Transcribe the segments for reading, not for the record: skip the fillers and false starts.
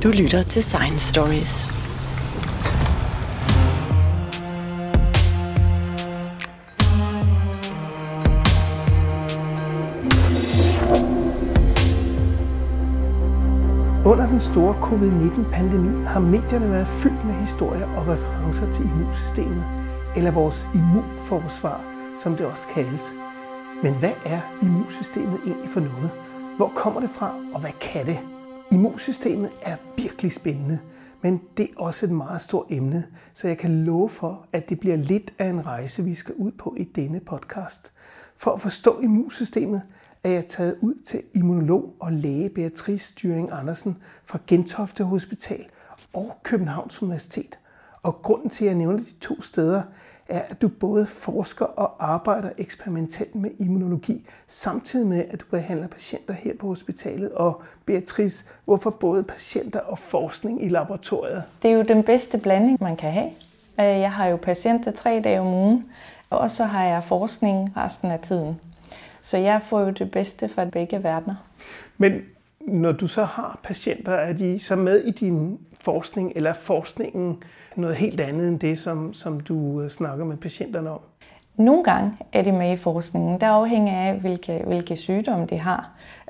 Du lytter til Science Stories. Under den store covid-19-pandemi har medierne været fyldt med historier og referencer til immunsystemet, eller vores immunforsvar, som det også kaldes. Men hvad er immunsystemet egentlig for noget? Hvor kommer det fra, og hvad kan det? Immunsystemet er virkelig spændende, men det er også et meget stort emne, så jeg kan love for, at det bliver lidt af en rejse, vi skal ud på i denne podcast. For at forstå immunsystemet er jeg taget ud til immunolog og læge Beatrice Styring Andersen fra Gentofte Hospital og Københavns Universitet. Og grunden til, at jeg nævner de to steder, er, at du både forsker og arbejder eksperimentelt med immunologi, samtidig med, at du behandler patienter her på hospitalet. Og Beatrice, hvorfor både patienter og forskning i laboratoriet? Det er jo den bedste blanding, man kan have. Jeg har jo patienter 3 dage om ugen, og så har jeg forskning resten af tiden. Så jeg får jo det bedste fra begge verdener. Men når du så har patienter, er de så med i din forskning, eller forskningen noget helt andet end det, som du snakker med patienterne om? Nogle gange er de med i forskningen. Det afhænger af, hvilke sygdomme de har.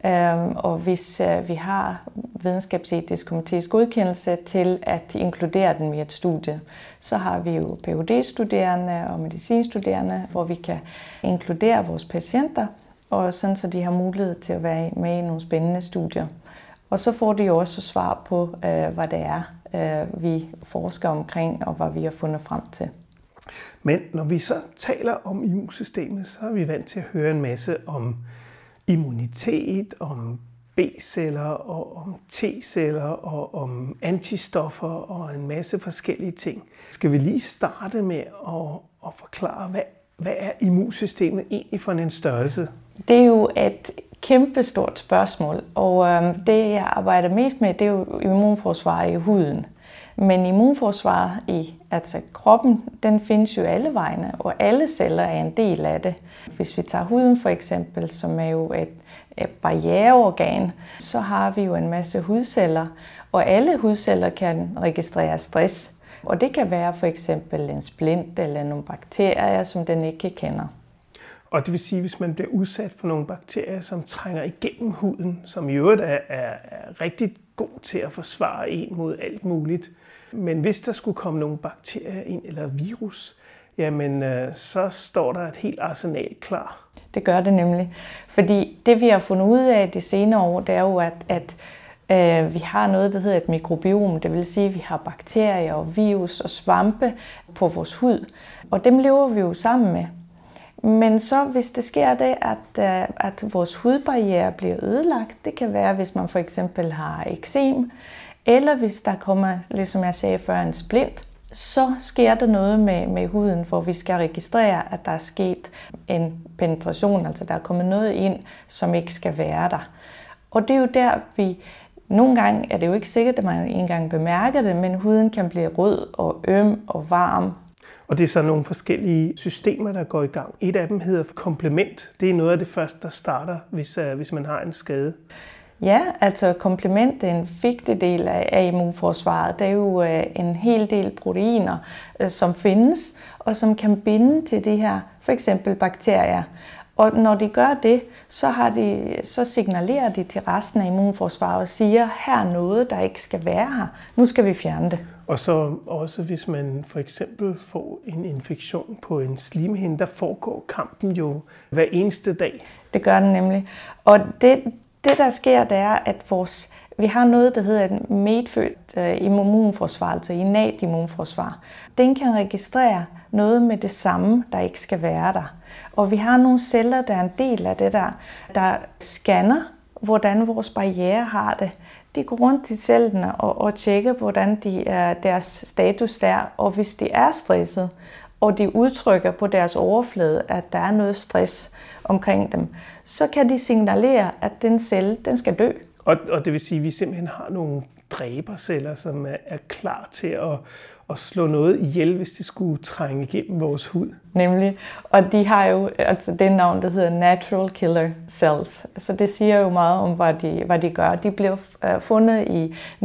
Og hvis vi har videnskabsetisk komités godkendelse til at inkludere dem i et studie, så har vi jo Ph.D.-studerende og medicinstuderende, hvor vi kan inkludere vores patienter, og sådan så de har mulighed til at være med i nogle spændende studier. Og så får de jo også svar på, hvad det er, vi forsker omkring, og hvad vi har fundet frem til. Men når vi så taler om immunsystemet, så er vi vant til at høre en masse om immunitet, om B-celler og om T-celler og om antistoffer og en masse forskellige ting. Skal vi lige starte med at forklare, hvad er immunsystemet egentlig for en størrelse? Det er jo et kæmpestort spørgsmål, og det jeg arbejder mest med, det er jo immunforsvaret i huden. Men immunforsvaret i kroppen, den findes jo alle vegne, og alle celler er en del af det. Hvis vi tager huden for eksempel, som er jo et barriereorgan, så har vi jo en masse hudceller, og alle hudceller kan registrere stress. Og det kan være for eksempel en splint eller nogle bakterier, som den ikke kender. Og det vil sige, hvis man bliver udsat for nogle bakterier, som trænger igennem huden, som i øvrigt er rigtig god til at forsvare en mod alt muligt. Men hvis der skulle komme nogle bakterier ind, eller virus, jamen så står der et helt arsenal klar. Det gør det nemlig. Fordi det vi har fundet ud af de senere år, det er jo, at vi har noget, der hedder et mikrobiom. Det vil sige, at vi har bakterier og virus og svampe på vores hud. Og dem lever vi jo sammen med. Men så hvis det sker det, at vores hudbarriere bliver ødelagt, det kan være, hvis man for eksempel har eksem, eller hvis der kommer, ligesom jeg sagde før, en splint, så sker der noget med huden, hvor vi skal registrere, at der er sket en penetration, altså der er kommet noget ind, som ikke skal være der. Og det er jo der, nogle gange er det jo ikke sikkert, at man engang bemærker det, men huden kan blive rød og øm og varm. Og det er så nogle forskellige systemer, der går i gang. Et af dem hedder komplement. Det er noget af det første, der starter, hvis man har en skade. Ja, altså komplement er en vigtig del af immunforsvaret. Det er jo en hel del proteiner, som findes, og som kan binde til de her, for eksempel bakterier. Og når de gør det, så signalerer de til resten af immunforsvaret og siger, her er noget, der ikke skal være her. Nu skal vi fjerne det. Og så også hvis man for eksempel får en infektion på en slimhinde, der foregår kampen jo hver eneste dag. Det gør den nemlig. Og det der sker, det er, at vi har noget, der hedder et medfødt immunforsvar, altså innat immunforsvar. Den kan registrere noget med det samme, der ikke skal være der. Og vi har nogle celler, der er en del af det der scanner, hvordan vores barriere har det. De går rundt i cellerne og tjekker, hvordan deres status er. Og hvis de er stresset, og de udtrykker på deres overflade, at der er noget stress omkring dem, så kan de signalere, at den celle, den skal dø. Og det vil sige, at vi simpelthen har nogle dræberceller, som er klar til at slå noget ihjel, hvis det skulle trænge igennem vores hud. Nemlig. Og de har jo altså det navn, der hedder natural killer cells. Så det siger jo meget om, hvad de gør. De blev fundet i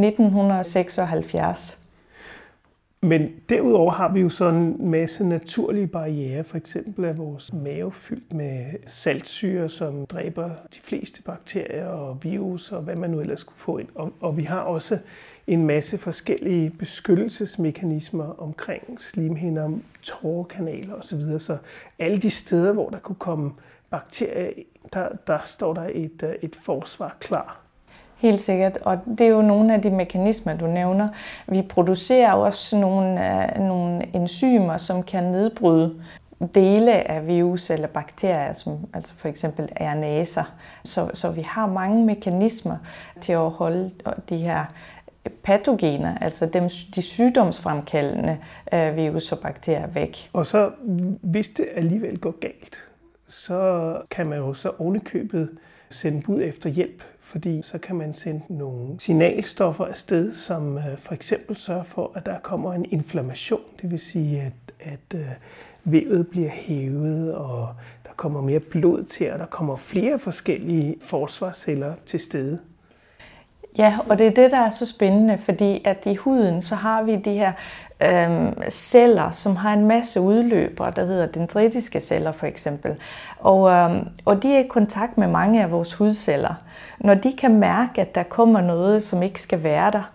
1976. Men derudover har vi jo sådan en masse naturlige barrierer. For eksempel er vores mave fyldt med saltsyre, som dræber de fleste bakterier og virus og hvad man nu ellers skulle få ind. Og vi har også en masse forskellige beskyttelsesmekanismer omkring slimhinder, tårekanaler osv. Så alle de steder, hvor der kunne komme bakterier, der står der et forsvar klar. Helt sikkert, og det er jo nogle af de mekanismer, du nævner. Vi producerer også nogle enzymer, som kan nedbryde dele af virus eller bakterier, som altså for eksempel RNA'er. Så vi har mange mekanismer til at holde de her patogener, altså de sygdomsfremkaldende virus og bakterier væk. Og så hvis det alligevel går galt, så kan man jo så ovenikøbet sende bud efter hjælp, fordi så kan man sende nogle signalstoffer afsted, som for eksempel sørger for, at der kommer en inflammation. Det vil sige, at vævet bliver hævet, og der kommer mere blod til, og der kommer flere forskellige forsvarsceller til stede. Ja, og det er det, der er så spændende, fordi at i huden, så har vi de her celler, som har en masse udløbere, der hedder dendritiske celler for eksempel. Og de er i kontakt med mange af vores hudceller. Når de kan mærke, at der kommer noget, som ikke skal være der,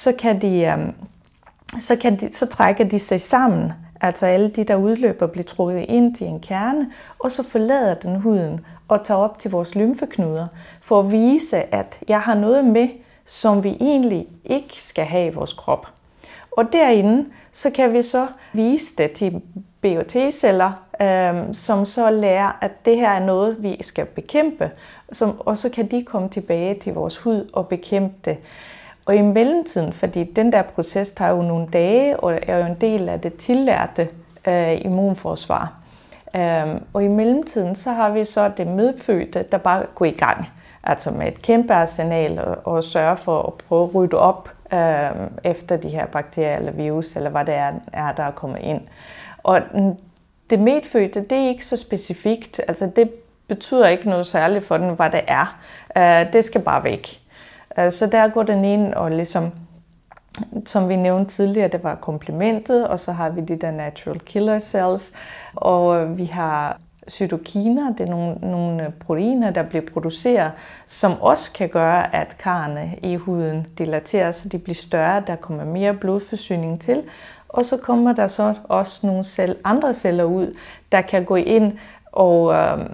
så trækker de sig sammen. Altså alle de der udløber bliver trukket ind i en kerne, og så forlader den huden og tager op til vores lymfeknuder for at vise, at jeg har noget med, som vi egentlig ikke skal have i vores krop. Og derinde, så kan vi så vise det til BOT-celler, som så lærer, at det her er noget, vi skal bekæmpe, og så kan de komme tilbage til vores hud og bekæmpe det. Og i mellemtiden, fordi den der proces tager jo nogle dage, og er jo en del af det tillærte immunforsvar. Og i mellemtiden, så har vi så det medfødte, der bare går i gang. Altså med et kæmpe arsenal og sørge for at prøve at rydde op efter de her bakterier eller virus, eller hvad det er, der er kommet ind. Og det medfødte, det er ikke så specifikt. Altså det betyder ikke noget særligt for den, hvad det er. Det skal bare væk. Så der går den ind og ligesom, som vi nævnte tidligere, det var komplementet, og så har vi de der natural killer cells, og vi har cytokiner, det er nogle proteiner, der bliver produceret, som også kan gøre, at karrene i huden dilaterer, så de bliver større, der kommer mere blodforsyning til, og så kommer der så også nogle andre celler ud, der kan gå ind og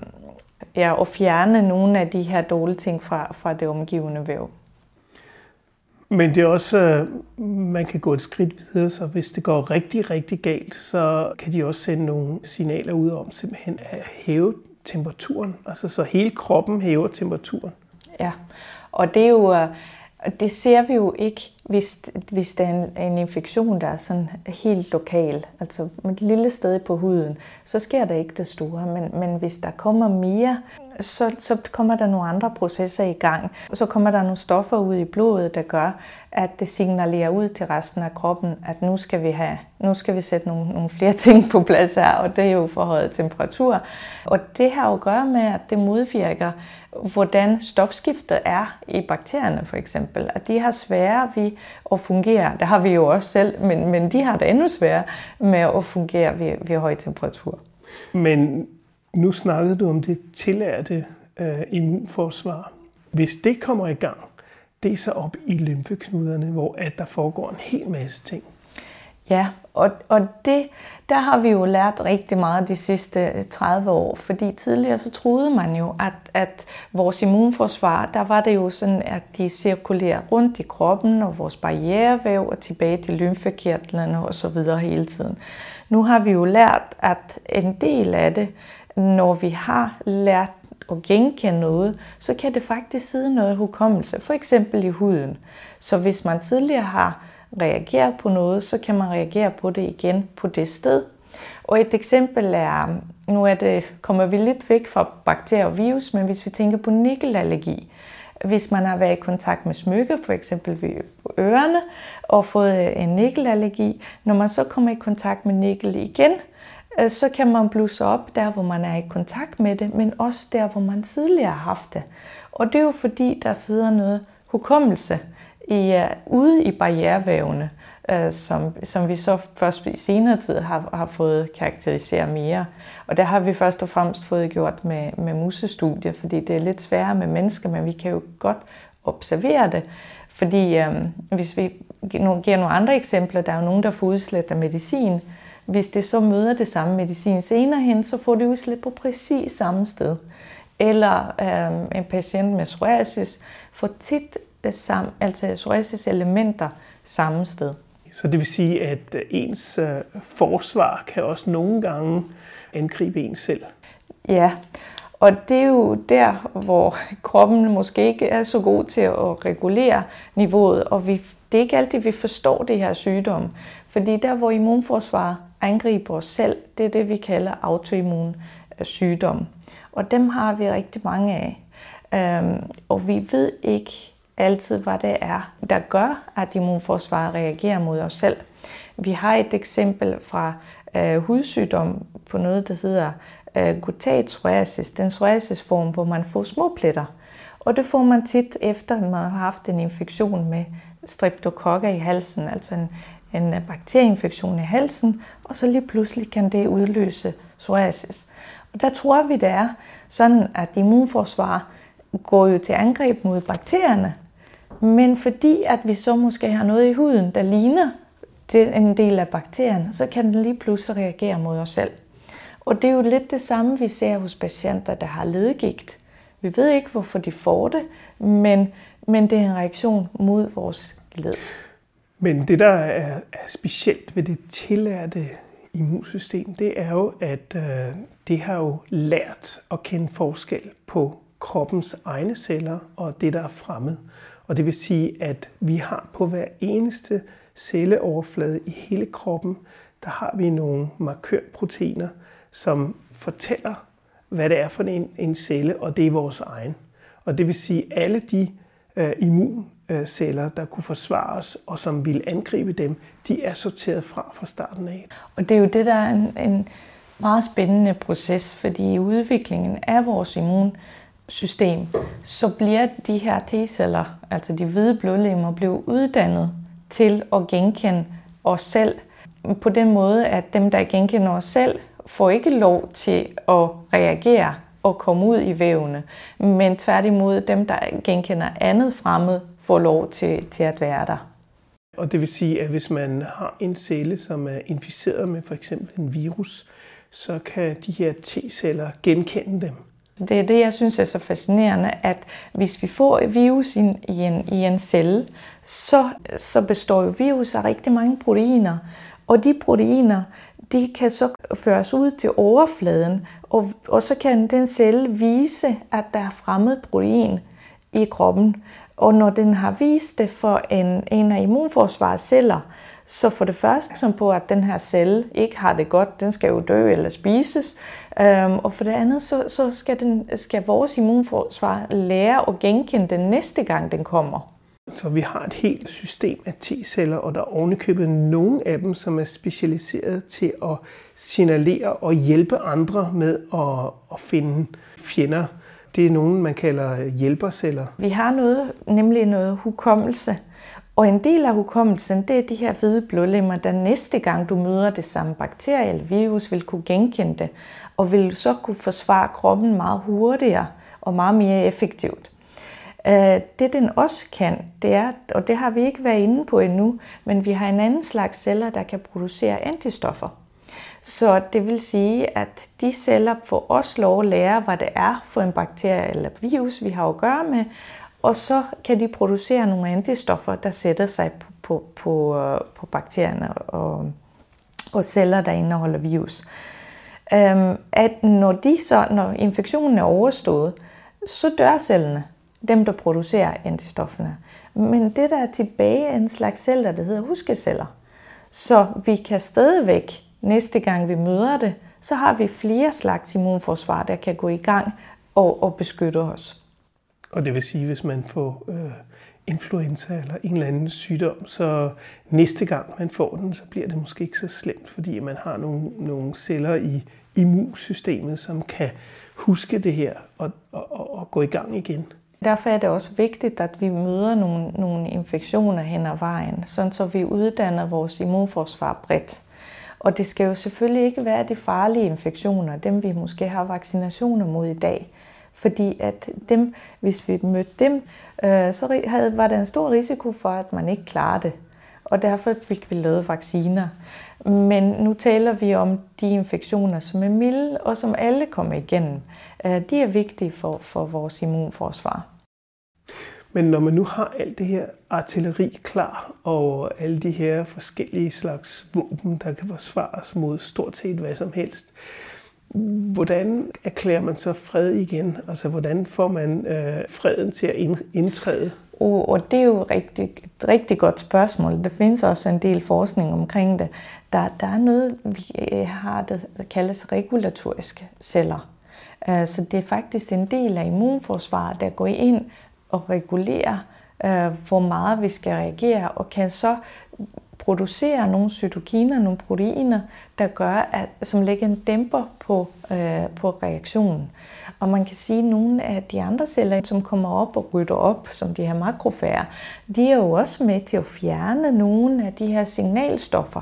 fjerne nogle af de her dårlige ting fra det omgivende væv. Men det er også, man kan gå et skridt videre, så hvis det går rigtig, rigtig galt, så kan de også sende nogle signaler ud om simpelthen at hæve temperaturen. Altså så hele kroppen hæver temperaturen. Ja, og det er jo, det ser vi jo ikke, hvis der er en infektion, der er sådan helt lokal, altså et lille sted på huden, så sker der ikke det store. Men hvis der kommer mere, så kommer der nogle andre processer i gang. Så kommer der nogle stoffer ud i blodet, der gør, at det signalerer ud til resten af kroppen, at nu skal vi sætte nogle flere ting på plads her, og det er jo forhøjet temperatur. Og det har jo at gøre med, at det modvirker, hvordan stofskiftet er i bakterierne for eksempel. At de har sværere ved at fungere. Det har vi jo også selv, men de har det endnu sværere med at fungere ved høj temperatur. Men nu snakkede du om det tillærte immunforsvar. Hvis det kommer i gang, det er så op i lymfeknuderne, hvor at der foregår en hel masse ting. Ja, og der har vi jo lært rigtig meget de sidste 30 år, fordi tidligere så troede man jo, at vores immunforsvar, der var det jo sådan, at de cirkulerer rundt i kroppen og vores barrierevæv og tilbage til lymfekirtlerne og så videre hele tiden. Nu har vi jo lært, at en del af det, når vi har lært at genkende noget, så kan det faktisk sidde noget hukommelse, for eksempel i huden. Så hvis man tidligere har reageret på noget, så kan man reagere på det igen på det sted. Og et eksempel er, kommer vi lidt væk fra bakterier og virus, men hvis vi tænker på nikkelallergi, hvis man har været i kontakt med smykker, for eksempel ved ørerne, og fået en nikkelallergi, når man så kommer i kontakt med nikkel igen, så kan man blusse op der, hvor man er i kontakt med det, men også der, hvor man tidligere har haft det. Og det er jo fordi, der sidder noget hukommelse ude i barrierevævene, som vi så først i senere tid har fået karakteriseret mere. Og der har vi først og fremmest fået gjort med musestudier, fordi det er lidt sværere med mennesker, men vi kan jo godt observere det. Fordi hvis vi giver nogle andre eksempler, der er jo nogen, der får udslæt af medicin. Hvis det så møder det samme medicin senere hen, så får det udslæt på præcis samme sted. Eller en patient med psoriasis får tit altså psoriasis-elementer samme sted. Så det vil sige, at ens forsvar kan også nogle gange angribe en selv? Ja, og det er jo der, hvor kroppen måske ikke er så god til at regulere niveauet, og det er ikke altid, vi forstår det her sygdom. Fordi der, hvor immunforsvaret angriber os selv, det er det, vi kalder autoimmun sygdom. Og dem har vi rigtig mange af. Og vi ved ikke altid, hvad det er, der gør, at immunforsvaret reagerer mod os selv. Vi har et eksempel fra hudsygdom på noget, der hedder gutat psoriasis. Den psoriasisform, hvor man får små pletter. Og det får man tit efter, at man har haft en infektion med streptokokker i halsen, altså en bakterieinfektion i halsen, og så lige pludselig kan det udløse psoriasis. Og der tror vi, det er sådan, at immunforsvaret går jo til angreb mod bakterierne, men fordi at vi så måske har noget i huden, der ligner en del af bakterien, så kan den lige pludselig reagere mod os selv. Og det er jo lidt det samme, vi ser hos patienter, der har ledegigt. Vi ved ikke, hvorfor de får det, men det er en reaktion mod vores led. Men det, der er specielt ved det tillærte immunsystem, det er jo, at det har jo lært at kende forskel på kroppens egne celler og det, der er fremmed. Og det vil sige, at vi har på hver eneste celleoverflade i hele kroppen, der har vi nogle markørproteiner, som fortæller, hvad det er for en celle, og det er vores egen. Og det vil sige, at alle de immunceller, der kunne forsvare os, og som ville angribe dem, de er sorteret fra starten af. Og det er jo det, der er en meget spændende proces, fordi i udviklingen af vores immunsystem, så bliver de her T-celler, altså de hvide blodlegemer, bliver uddannet til at genkende os selv på den måde, at dem, der genkender os selv, får ikke lov til at reagere og komme ud i vævene, men tværtimod dem, der genkender andet fremmed, får lov til at være der. Og det vil sige, at hvis man har en celle, som er inficeret med for eksempel en virus, så kan de her T-celler genkende dem. Det er det, jeg synes er så fascinerende, at hvis vi får et virus i en celle, så består jo virus af rigtig mange proteiner. Og de proteiner, de kan så føres ud til overfladen, og så kan den celle vise, at der er fremmed protein i kroppen. Og når den har vist det for en af immunforsvarets celler, så for det første som på, at den her celle ikke har det godt, den skal jo dø eller spises. Og for det andet, så skal vores immunforsvar lære at genkende den næste gang, den kommer. Så vi har et helt system af T-celler, og der er ovenikøbet nogle af dem, som er specialiseret til at signalere og hjælpe andre med at finde fjender. Det er nogle, man kalder hjælperceller. Vi har nemlig noget hukommelse. Og en del af hukommelsen, det er de her hvide blodlegemer, der næste gang du møder det samme bakterie eller virus, vil kunne genkende det, og vil så kunne forsvare kroppen meget hurtigere og meget mere effektivt. Det den også kan, det er, og det har vi ikke været inde på endnu, men vi har en anden slags celler, der kan producere antistoffer. Så det vil sige, at de celler får også lov at lære, hvad det er for en bakterie eller virus, vi har at gøre med, og så kan de producere nogle antistoffer, der sætter sig på bakterierne og celler, der indeholder virus. At når infektionen er overstået, så dør cellerne, dem der producerer antistofferne. Men det der er tilbage er en slags celler, der hedder huskeceller. Så vi kan stadigvæk, næste gang vi møder det, så har vi flere slags immunforsvar, der kan gå i gang og beskytte os. Og det vil sige, hvis man får influenza eller en eller anden sygdom, så næste gang man får den, så bliver det måske ikke så slemt, fordi man har nogle celler i immunsystemet, som kan huske det her og gå i gang igen. Derfor er det også vigtigt, at vi møder nogle infektioner hen ad vejen, sådan så vi uddanner vores immunforsvar bredt. Og det skal jo selvfølgelig ikke være de farlige infektioner, dem vi måske har vaccinationer mod i dag. Fordi at dem, hvis vi mødte dem, så var der en stor risiko for, at man ikke klarer det. Og derfor fik vi lavet vacciner. Men nu taler vi om de infektioner, som er milde og som alle kommer igennem. De er vigtige for vores immunforsvar. Men når man nu har alt det her artilleri klar, og alle de her forskellige slags våben, der kan forsvares mod stort set hvad som helst, hvordan erklærer man så fred igen? Altså, hvordan får man freden til at indtræde? Og det er jo et rigtig godt spørgsmål. Der findes også en del forskning omkring det. Der er noget, vi har, der kaldes regulatoriske celler. Så det er faktisk en del af immunforsvaret, der går ind og regulerer, hvor meget vi skal reagere, og kan så producere nogle cytokiner, nogle proteiner, der gør, som lægger en dæmper på reaktionen. Og man kan sige, at nogle af de andre celler, som kommer op og rydder op, som de her makrofager, de er jo også med til at fjerne nogle af de her signalstoffer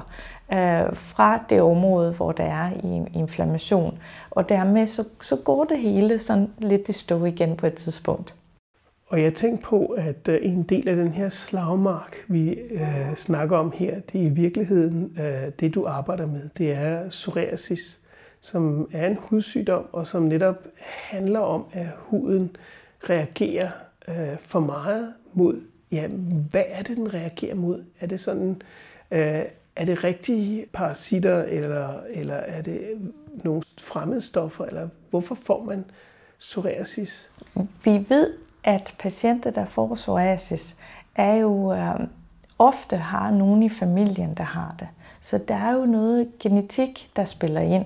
fra det område, hvor der er inflammation. Og dermed så går det hele sådan lidt i stå igen på et tidspunkt. Og jeg tænkte på, at en del af den her slagmark, vi snakker om her, det er i virkeligheden det, du arbejder med. Det er psoriasis, som er en hudsygdom, og som netop handler om, at huden reagerer for meget mod, ja, hvad er det, den reagerer mod? Er det sådan, er det rigtige parasitter, eller er det nogle fremmedstoffer, eller hvorfor får man psoriasis? Vi ved, at patienter, der får psoriasis, er jo ofte har nogen i familien, der har det. Så der er jo noget genetik, der spiller ind.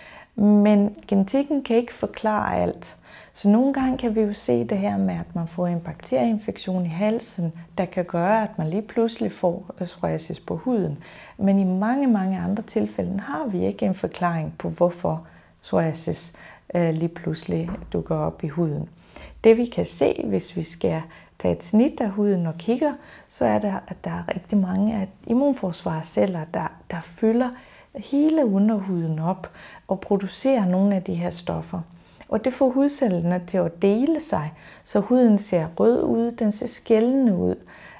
Men genetikken kan ikke forklare alt. Så nogle gange kan vi jo se det her med, at man får en bakterieinfektion i halsen, der kan gøre, at man lige pludselig får psoriasis på huden. Men i mange, mange andre tilfælde har vi ikke en forklaring på, hvorfor psoriasis lige pludselig dukker op i huden. Det vi kan se, hvis vi skal tage et snit af huden og kigger, så er der, at der er rigtig mange af immunforsvarsceller, der fylder hele underhuden op og producerer nogle af de her stoffer. Og det får hudcellerne til at dele sig, så huden ser rød ud, den ser skældende ud.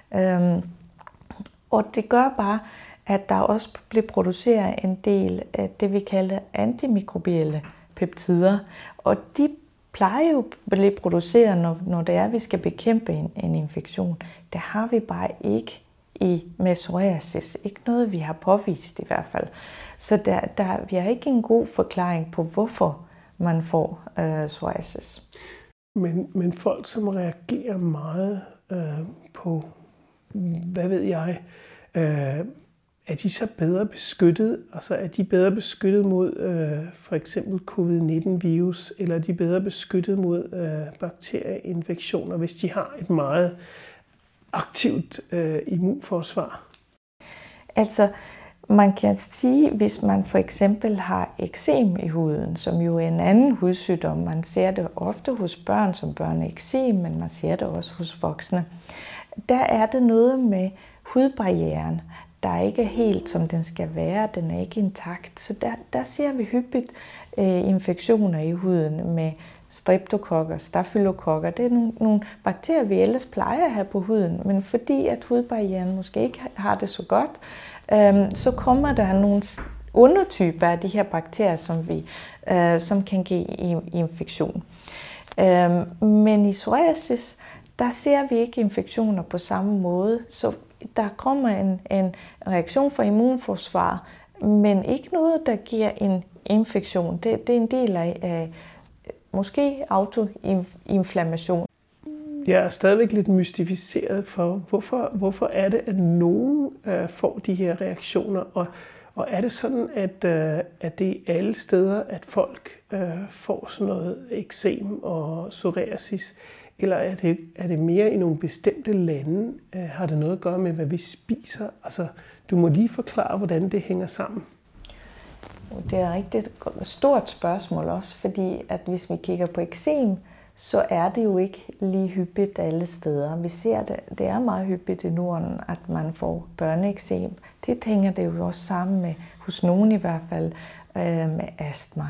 Og det gør bare, at der også bliver produceret en del af det, vi kalder antimikrobielle peptider. Og de plejer jo at blive produceret, når det er, vi skal bekæmpe en infektion. Det har vi bare ikke med psoriasis. Ikke noget, vi har påvist i hvert fald. Så vi har ikke en god forklaring på, hvorfor man får psoriasis. Men folk, som reagerer meget på, hvad ved jeg, er de så bedre beskyttet? Altså er de bedre beskyttet mod for eksempel covid-19-virus, eller er de bedre beskyttet mod bakterieinfektioner, hvis de har et meget aktivt immunforsvar? Altså, man kan sige, hvis man for eksempel har eksem i huden, som jo er en anden hudsygdom. Man ser det ofte hos børn som børneeksem, men man ser det også hos voksne. Der er det noget med hudbarrieren, der ikke er helt, som den skal være. Den er ikke intakt. Så der ser vi hyppigt infektioner i huden med streptokokker, stafylokokker. Det er nogle bakterier, vi ellers plejer at have på huden, men fordi at hudbarrieren måske ikke har det så godt, så kommer der nogle undertyper af de her bakterier, som kan give infektion. Men i psoriasis, der ser vi ikke infektioner på samme måde, så der kommer en reaktion fra immunforsvaret, men ikke noget, der giver en infektion. Det er en del af måske autoinflammation. Jeg er stadigvæk lidt mystificeret for, hvorfor er det, at nogen får de her reaktioner, og er det sådan, at det er alle steder, at folk får sådan noget eksem og psoriasis, Eller er det mere i nogle bestemte lande? Har det noget at gøre med, hvad vi spiser? Altså, du må lige forklare, hvordan det hænger sammen. Det er et rigtig stort spørgsmål også, fordi at hvis vi kigger på eksem, så er det jo ikke lige hyppigt alle steder. Vi ser det er meget hyppigt i Norden, at man får børneeksem. Det hænger det jo også sammen med, hos nogen i hvert fald, med astma.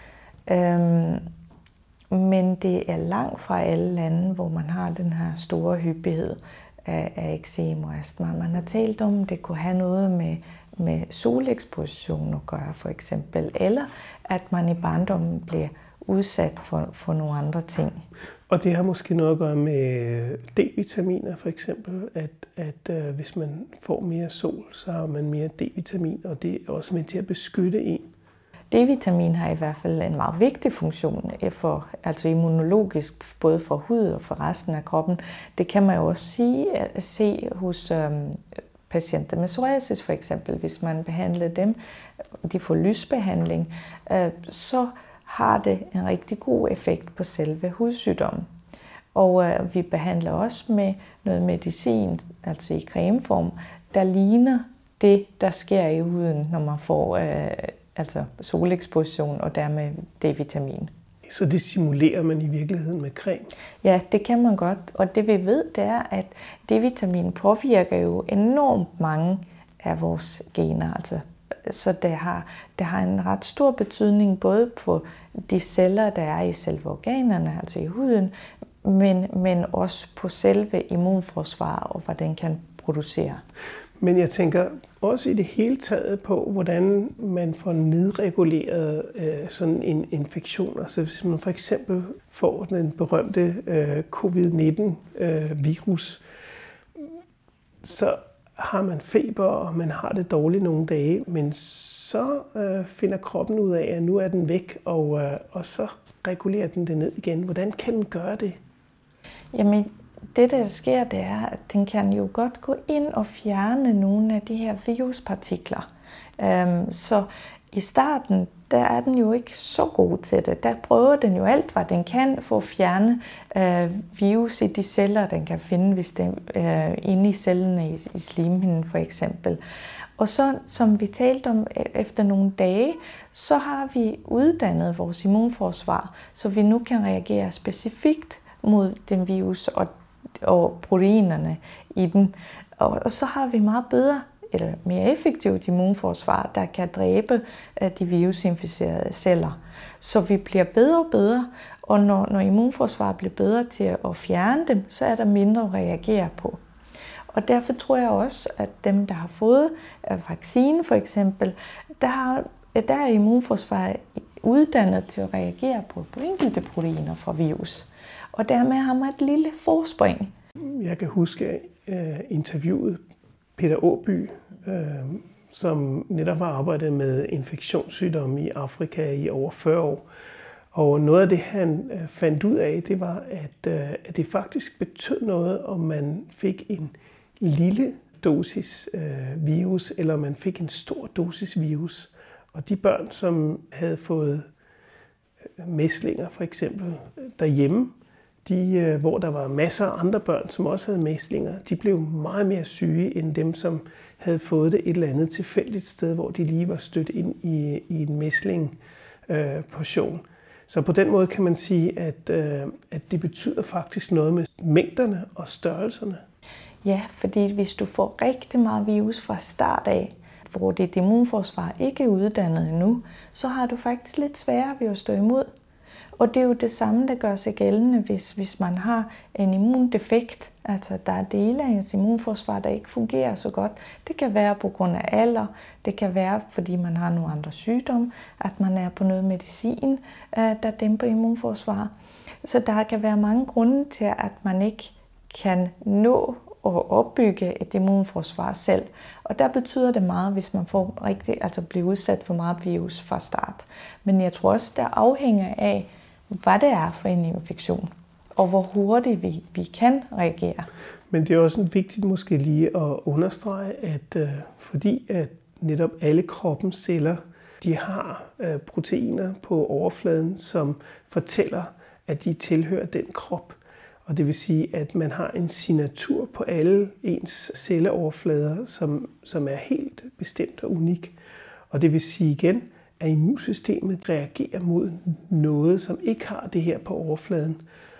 Men det er langt fra alle lande, hvor man har den her store hyppighed af eksem og astma. Man har talt om, at det kunne have noget med soleksposition at gøre, for eksempel, eller at man i barndommen bliver udsat for nogle andre ting. Og det har måske noget at gøre med D-vitaminer, for eksempel, at hvis man får mere sol, så har man mere D-vitamin, og det er også med til at beskytte en. D-vitamin har i hvert fald en meget vigtig funktion, altså immunologisk, både for hud og for resten af kroppen. Det kan man jo også se hos patienter med psoriasis for eksempel. Hvis man behandler dem, de får lysbehandling, så har det en rigtig god effekt på selve hudsygdommen. Og vi behandler også med noget medicin, altså i cremeform, der ligner det, der sker i huden, når man får altså soleksposition og dermed D-vitamin. Så det simulerer man i virkeligheden med creme? Ja, det kan man godt. Og det vi ved, det er, at D-vitamin påvirker jo enormt mange af vores gener. Altså, så det har en ret stor betydning både på de celler, der er i selve organerne, altså i huden, men også på selve immunforsvar og hvad den kan producere. Men jeg tænker også i det hele taget på, hvordan man får nedreguleret sådan en infektion. Altså hvis man for eksempel får den berømte covid-19-virus, så har man feber, og man har det dårligt nogle dage, men så finder kroppen ud af, at nu er den væk, og så regulerer den det ned igen. Hvordan kan den gøre det? Jamen, det der sker, det er, at den kan jo godt gå ind og fjerne nogle af de her viruspartikler. Så i starten, der er den jo ikke så god til det. Der prøver den jo alt, hvad den kan for at fjerne virus i de celler, den kan finde, hvis den inde i cellerne i slimhinden for eksempel. Og så, som vi talte om, efter nogle dage, så har vi uddannet vores immunforsvar, så vi nu kan reagere specifikt mod den virus og proteinerne i den. Og så har vi meget bedre eller mere effektivt immunforsvar, der kan dræbe de virusinficerede celler. Så vi bliver bedre og bedre, og når immunforsvaret bliver bedre til at fjerne dem, så er der mindre at reagere på. Og derfor tror jeg også, at dem, der har fået vaccine for eksempel, der er immunforsvaret uddannet til at reagere på enkelte proteiner fra virus. Og dermed har man et lille forspring. Jeg kan huske interviewet Peter Åby, som netop har arbejdet med infektionssygdomme i Afrika i over 40 år. Og noget af det, han fandt ud af, det var, at det faktisk betød noget, om man fik en lille dosis virus, eller man fik en stor dosis virus. Og de børn, som havde fået mæslinger for eksempel derhjemme, hvor der var masser af andre børn, som også havde mæslinger, de blev meget mere syge end dem, som havde fået det et eller andet tilfældigt sted, hvor de lige var stødt ind i en mæsling-portion. Så på den måde kan man sige, at det betyder faktisk noget med mængderne og størrelserne. Ja, fordi hvis du får rigtig meget virus fra start af, hvor dit immunforsvar ikke er uddannet endnu, så har du faktisk lidt sværere ved at stå imod. Og det er jo det samme, der gør sig gældende, hvis man har en immundefekt. Altså der er dele af ens immunforsvar, der ikke fungerer så godt. Det kan være på grund af alder, det kan være fordi man har nogle andre sygdomme, at man er på noget medicin, der dæmper immunforsvar. Så der kan være mange grunde til, at man ikke kan nå at opbygge et immunforsvar selv. Og der betyder det meget, hvis man får bliver udsat for meget virus fra start. Men jeg tror også, det afhænger af, hvad det er for en infektion, og hvor hurtigt vi kan reagere. Men det er også vigtigt måske lige at understrege, at fordi at netop alle kroppens celler, de har proteiner på overfladen, som fortæller, at de tilhører den krop. Og det vil sige, at man har en signatur på alle ens celleoverflader, som er helt bestemt og unik. Og det vil sige igen, at immunsystemet reagerer mod noget, som ikke har det her på overfladen.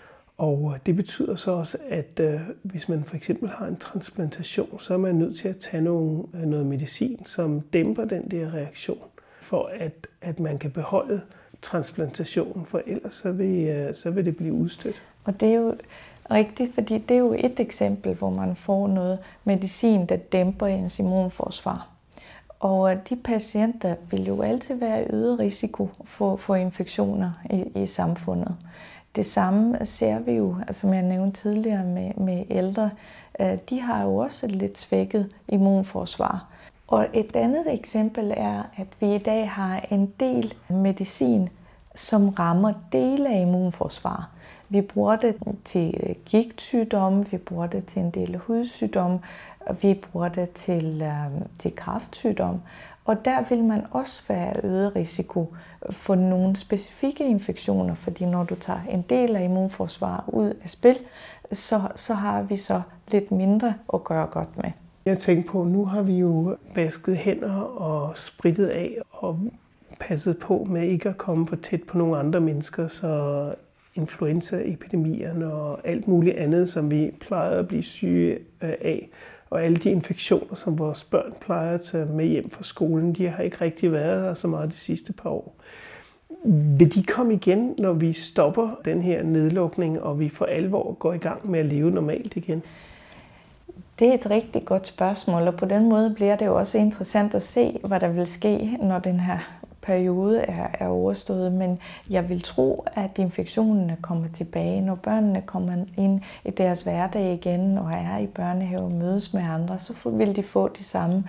Og det betyder så også, at hvis man for eksempel har en transplantation, så er man nødt til at tage noget medicin, som dæmper den der reaktion, for at man kan beholde transplantationen, for ellers så vil det blive udstødt. Og det er jo rigtigt, fordi det er jo et eksempel, hvor man får noget medicin, der dæmper ens immunforsvar. Og de patienter vil jo altid være i øget risiko for infektioner i samfundet. Det samme ser vi jo, som jeg nævnte tidligere med ældre. De har jo også et lidt svækket immunforsvar. Og et andet eksempel er, at vi i dag har en del medicin, som rammer dele af immunforsvar. Vi bruger det til gigtsygdomme, vi bruger det til en del hudsygdomme, og vi bruger det til kræftsygdomme. Og der vil man også være øget risiko for nogle specifikke infektioner, fordi når du tager en del af immunforsvar ud af spil, så har vi så lidt mindre at gøre godt med. Jeg tænker på, nu har vi jo vasket hænder og sprittet af og passet på med ikke at komme for tæt på nogle andre mennesker, så influenzaepidemierne og alt muligt andet, som vi plejede at blive syge af, og alle de infektioner, som vores børn plejer at tage med hjem fra skolen, de har ikke rigtig været her så meget de sidste par år. Vil de komme igen, når vi stopper den her nedlukning, og vi for alvor går i gang med at leve normalt igen? Det er et rigtig godt spørgsmål, og på den måde bliver det jo også interessant at se, hvad der vil ske, når den her periode er overstået. Men jeg vil tro, at infektionerne kommer tilbage, når børnene kommer ind i deres hverdag igen og er i børnehave og mødes med andre, så vil de få de samme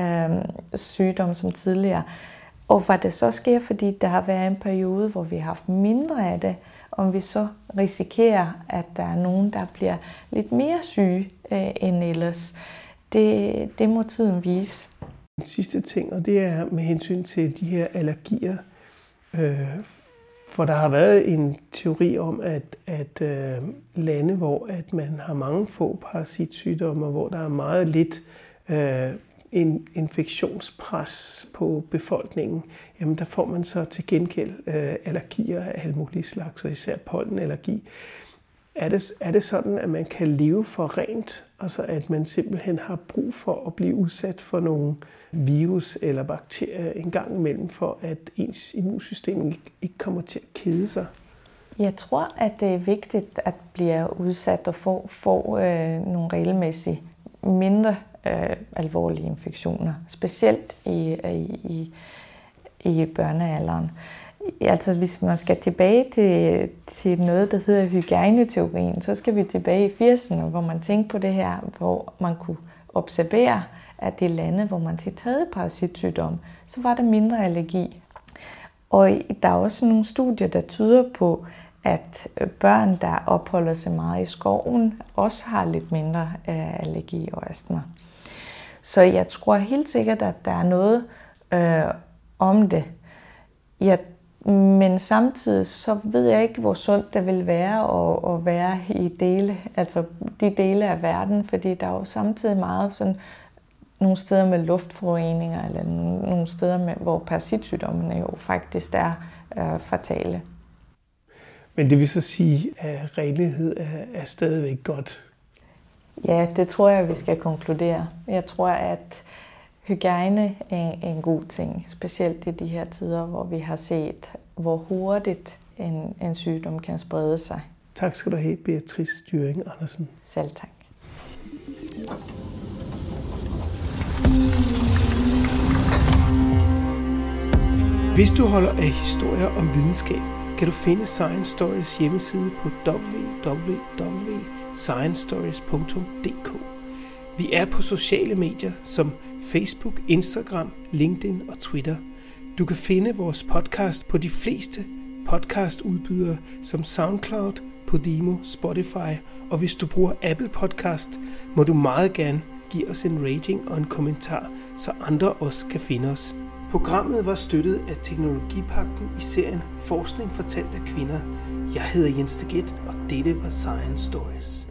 sygdomme som tidligere. Og hvad det så sker, fordi der har været en periode, hvor vi har haft mindre af det, om vi så risikerer, at der er nogen, der bliver lidt mere syge end ellers. Det må tiden vise. Den sidste ting, og det er med hensyn til de her allergier. For der har været en teori om, at lande, hvor at man har mange få parasitsygdomme, og hvor der er meget lidt en infektionspres på befolkningen, jamen der får man så til gengæld allergier af alle mulige slags, og især pollenallergi. Er det sådan, at man kan leve for rent, altså at man simpelthen har brug for at blive udsat for nogle virus eller bakterier en gang imellem, for at ens immunsystem ikke kommer til at kede sig? Jeg tror, at det er vigtigt at blive udsat og få nogle regelmæssige mindre alvorlige infektioner, specielt i børnealderen. Altså hvis man skal tilbage til noget, der hedder hygiejneteorien, så skal vi tilbage i 80'erne, hvor man tænkte på det her, hvor man kunne observere, at det lande, hvor man havde parasitsygdom, så var der mindre allergi. Og der er også nogle studier, der tyder på, at børn, der opholder sig meget i skoven, også har lidt mindre allergi og astma. Så jeg tror helt sikkert, at der er noget om det. Men samtidig så ved jeg ikke, hvor sundt det vil være at være i de dele af verden, fordi der er jo samtidig meget sådan nogle steder med luftforureninger, eller nogle steder, hvor parasitsygdommene jo faktisk er fatale. Men det vil så sige, at renlighed er stadigvæk godt? Ja, det tror jeg, vi skal konkludere. Jeg tror, at hygiejne er en god ting, specielt i de her tider, hvor vi har set, hvor hurtigt en sygdom kan sprede sig. Tak skal du have, Beatrice Styring Andersen. Selv tak. Hvis du holder af historier om videnskab, kan du finde Science Stories hjemmeside på www.sciencestories.dk. Vi er på sociale medier som Facebook, Instagram, LinkedIn og Twitter. Du kan finde vores podcast på de fleste podcastudbydere som SoundCloud, Podimo, Spotify, og hvis du bruger Apple Podcast, må du meget gerne give os en rating og en kommentar, så andre også kan finde os. Programmet var støttet af Teknologipagten i serien Forskning fortalt af kvinder. Jeg hedder Jens Teget, og dette var Science Stories.